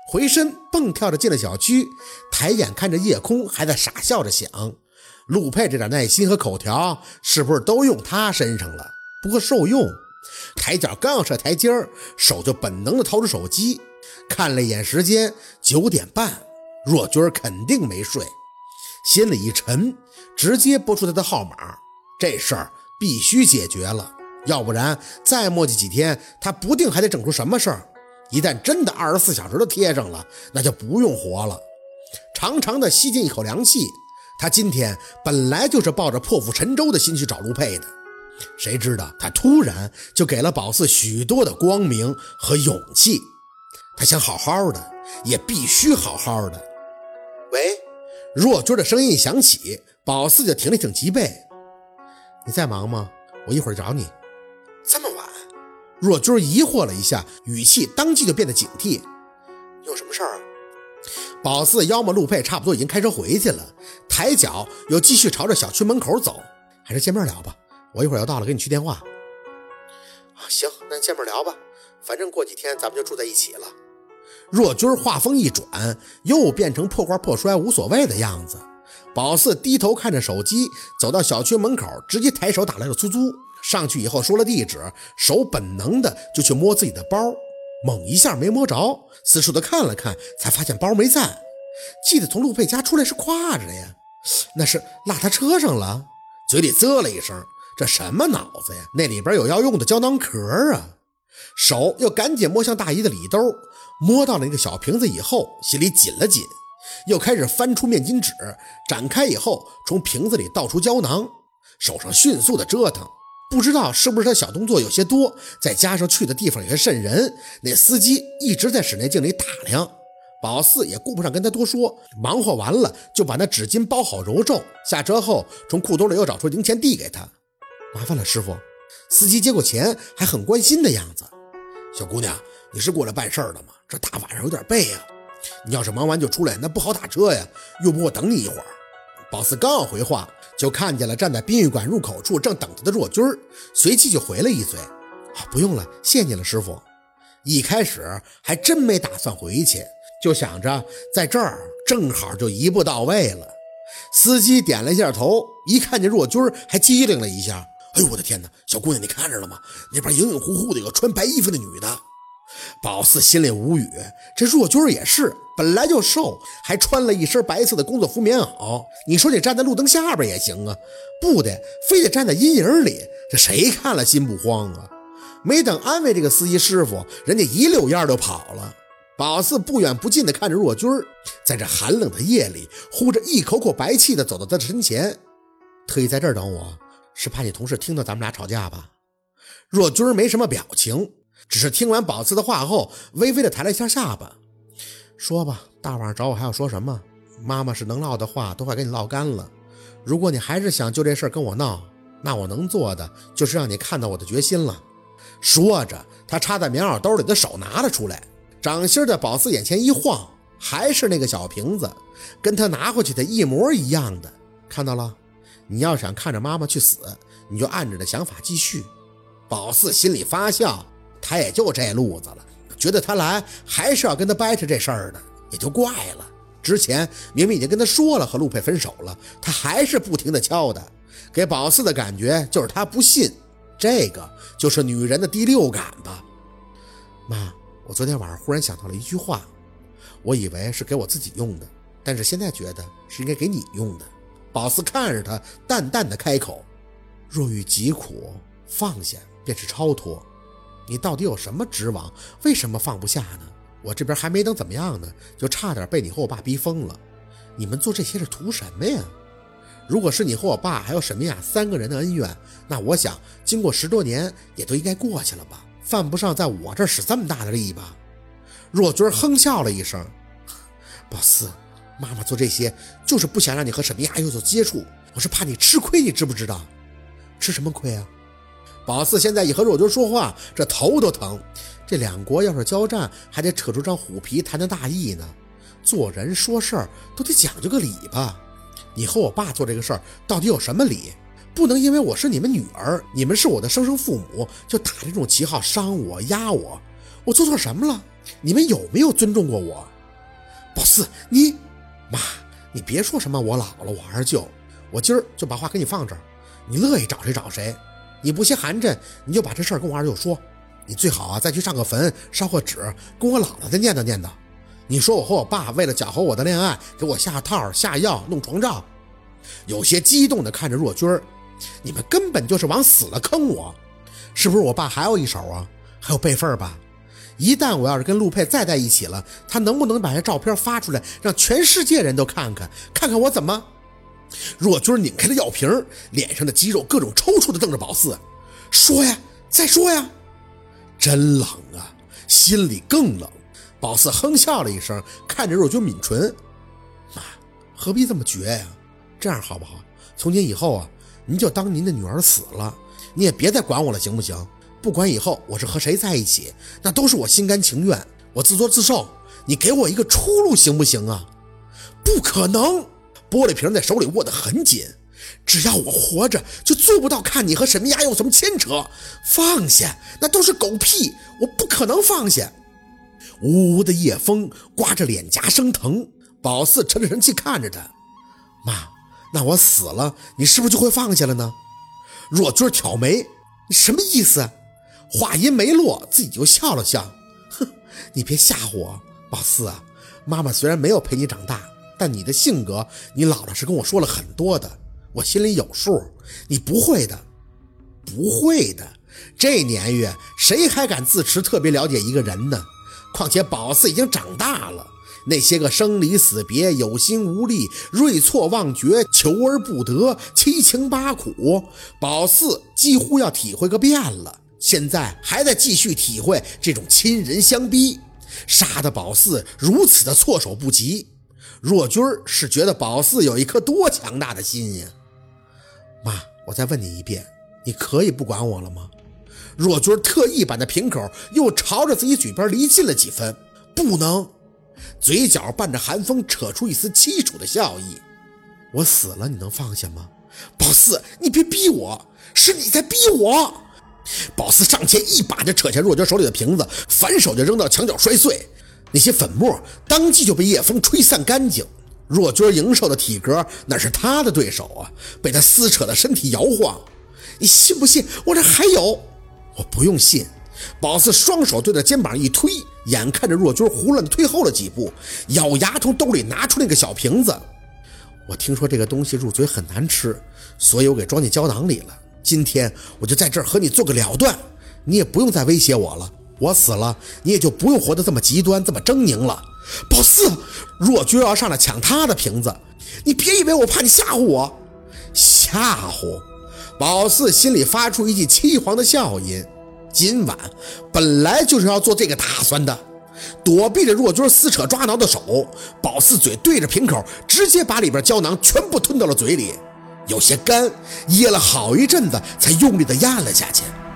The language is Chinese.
回身蹦跳着进了小区，抬眼看着夜空，还在傻笑着想，陆佩这点耐心和口条是不是都用他身上了？不过受用。抬脚刚要上台阶儿，手就本能的掏出手机，看了一眼时间，9点半，若军肯定没睡，心里一沉，直接拨出他的号码，这事儿必须解决了，要不然再磨叽几天，他不定还得整出什么事儿。一旦真的24小时都贴上了，那就不用活了。长长的吸进一口凉气，他今天本来就是抱着破釜沉舟的心去找陆佩的，谁知道他突然就给了宝四许多的光明和勇气。他想好好的，也必须好好的。喂，若军的声音一响起，宝四就挺了挺脊背。你在忙吗？我一会儿找你。这么晚？若军疑惑了一下，语气当即就变得警惕。有什么事儿啊？宝四妖魔陆佩差不多已经开车回去了，抬脚又继续朝着小区门口走。还是见面聊吧，我一会儿要到了给你去电话。行，那见面聊吧，反正过几天咱们就住在一起了。若军话锋一转，又变成破罐破摔无所谓的样子。宝四低头看着手机，走到小区门口，直接抬手打来了出租。上去以后说了地址，手本能的就去摸自己的包，猛一下没摸着，四处的看了看，才发现包没在。记得从陆佩家出来是挎着的呀，那是落他车上了。嘴里啧了一声，这什么脑子呀？那里边有要用的胶囊壳啊！手又赶紧摸向大衣的里兜，摸到了那个小瓶子以后，心里紧了紧，又开始翻出面巾纸，展开以后从瓶子里倒出胶囊，手上迅速的折腾。不知道是不是他小动作有些多，再加上去的地方有些瘆人，那司机一直在室内镜里打量。宝四也顾不上跟他多说，忙活完了就把那纸巾包好揉皱，下车后从裤兜里又找出零钱递给他。麻烦了师傅。司机接过钱还很关心的样子。小姑娘，你是过来办事儿的吗？这大晚上有点背啊，你要是忙完就出来那不好打车呀，要不我等你一会儿。宝四刚要回话，就看见了站在殡仪馆入口处正等他的若军，随即就回了一嘴，不用了，谢你了师傅。一开始还真没打算回去，就想着在这儿正好就一步到位了。司机点了一下头，一看见若军还机灵了一下。哎呦我的天哪，小姑娘你看着了吗？那边影影乎乎的有个穿白衣服的女的。宝四心里无语，这若军也是本来就瘦，还穿了一身白色的工作服棉袄，你说你站在路灯下边也行啊，不得非得站在阴影里，这谁看了心不慌啊？没等安慰这个司机师傅，人家一溜烟就跑了。宝四不远不近地看着若军，在这寒冷的夜里呼着一口口白气地走到他的身前。特意在这儿等我，是怕你同事听到咱们俩吵架吧？若军没什么表情，只是听完宝四的话后微微地抬了一下下巴。说吧，大晚上找我还要说什么？妈妈是能唠的话都快给你唠干了，如果你还是想就这事儿跟我闹，那我能做的就是让你看到我的决心了。说着他插在棉袄兜里的手拿了出来，掌心在宝四眼前一晃，还是那个小瓶子，跟他拿回去的一模一样的。看到了，你要想看着妈妈去死，你就按着的想法继续。宝四心里发笑，他也就这路子了，觉得他来还是要跟他掰扯这事儿的，也就怪了。之前明明已经跟他说了和陆佩分手了，他还是不停的敲他，给宝四的感觉就是他不信。这个就是女人的第六感吧。妈，我昨天晚上忽然想到了一句话，我以为是给我自己用的，但是现在觉得是应该给你用的。宝四看着他，淡淡的开口，若遇疾苦，放下便是超脱。你到底有什么执往？为什么放不下呢？我这边还没等怎么样呢，就差点被你和我爸逼疯了。你们做这些是图什么呀？如果是你和我爸还有沈明雅3个人的恩怨，那我想经过10多年也都应该过去了吧，犯不上在我这儿使这么大的力吧。若军哼笑了一声，宝四，妈妈做这些就是不想让你和沈明雅有所接触，我是怕你吃亏，你知不知道？吃什么亏啊？宝四现在一和若军说话，这头都疼。这两国要是交战，还得扯出张虎皮谈谈大义呢。做人说事儿都得讲究个理吧。你和我爸做这个事儿到底有什么理？不能因为我是你们女儿，你们是我的生身父母，就打这种旗号伤我压我。我做错什么了？你们有没有尊重过我？ 宝四，你妈，你别说什么我姥姥我二舅，我今儿就把话给你放这儿，你乐意找谁找谁，你不嫌寒碜你就把这事儿跟我二舅说，你最好再去上个坟烧个纸，跟我姥姥再念叨念叨，你说我和我爸为了搅和我的恋爱给我下套下药弄床照。有些激动地看着若君，你们根本就是往死了坑我，是不是我爸还有一手啊？还有辈分吧？一旦我要是跟陆佩再在一起了，他能不能把这照片发出来，让全世界人都看看，看看我怎么……若君拧开了药瓶，脸上的肌肉各种抽搐地瞪着宝四，说呀，再说呀！真冷啊，心里更冷。宝四哼笑了一声，看着若君抿唇，妈，何必这么绝呀？这样好不好？从今以后啊，您就当您的女儿死了，你也别再管我了，行不行？不管以后我是和谁在一起，那都是我心甘情愿，我自作自受，你给我一个出路行不行啊？不可能！玻璃瓶在手里握得很紧，只要我活着就做不到看你和沈明雅有什么牵扯，放下那都是狗屁，我不可能放下。呜呜的夜风刮着脸颊生疼，宝四沉着神气看着他，妈，那我死了你是不是就会放下了呢？若君挑眉，你什么意思？话音没落，自己就笑了笑，哼，你别吓唬我，宝四啊，妈妈虽然没有陪你长大，但你的性格你姥姥是跟我说了很多的，我心里有数，你不会的，不会的，这年月谁还敢自持特别了解一个人呢？况且宝四已经长大了，那些个生离死别、有心无力、锐挫忘绝、求而不得、七情八苦，宝四几乎要体会个遍了，现在还在继续体会这种亲人相逼，杀得宝四如此的措手不及。若君是觉得宝四有一颗多强大的心呀？妈，我再问你一遍，你可以不管我了吗？若君特意把那瓶口又朝着自己嘴边离近了几分，不能，嘴角伴着寒风扯出一丝凄楚的笑意。我死了你能放下吗？宝四，你别逼我，是你在逼我！宝四上前一把就扯下若君手里的瓶子，反手就扔到墙角摔碎，那些粉末当即就被夜风吹散干净。若君营瘦的体格哪是他的对手啊，被他撕扯的身体摇晃。你信不信我这还有？我不用信。宝四双手对着肩膀一推，眼看着若君胡乱的退后了几步，咬牙从兜里拿出那个小瓶子。我听说这个东西入嘴很难吃，所以我给装进胶囊里了，今天我就在这儿和你做个了断，你也不用再威胁我了，我死了你也就不用活得这么极端这么狰狞了。宝四，若君要上来抢他的瓶子，你别以为我怕你吓唬我。吓唬？宝四心里发出一记凄惶的笑音，今晚本来就是要做这个打算的。躲避着若君撕扯抓挠的手，宝四嘴对着瓶口，直接把里边胶囊全部吞到了嘴里，有些干，噎了好一阵子才用力的咽了下去。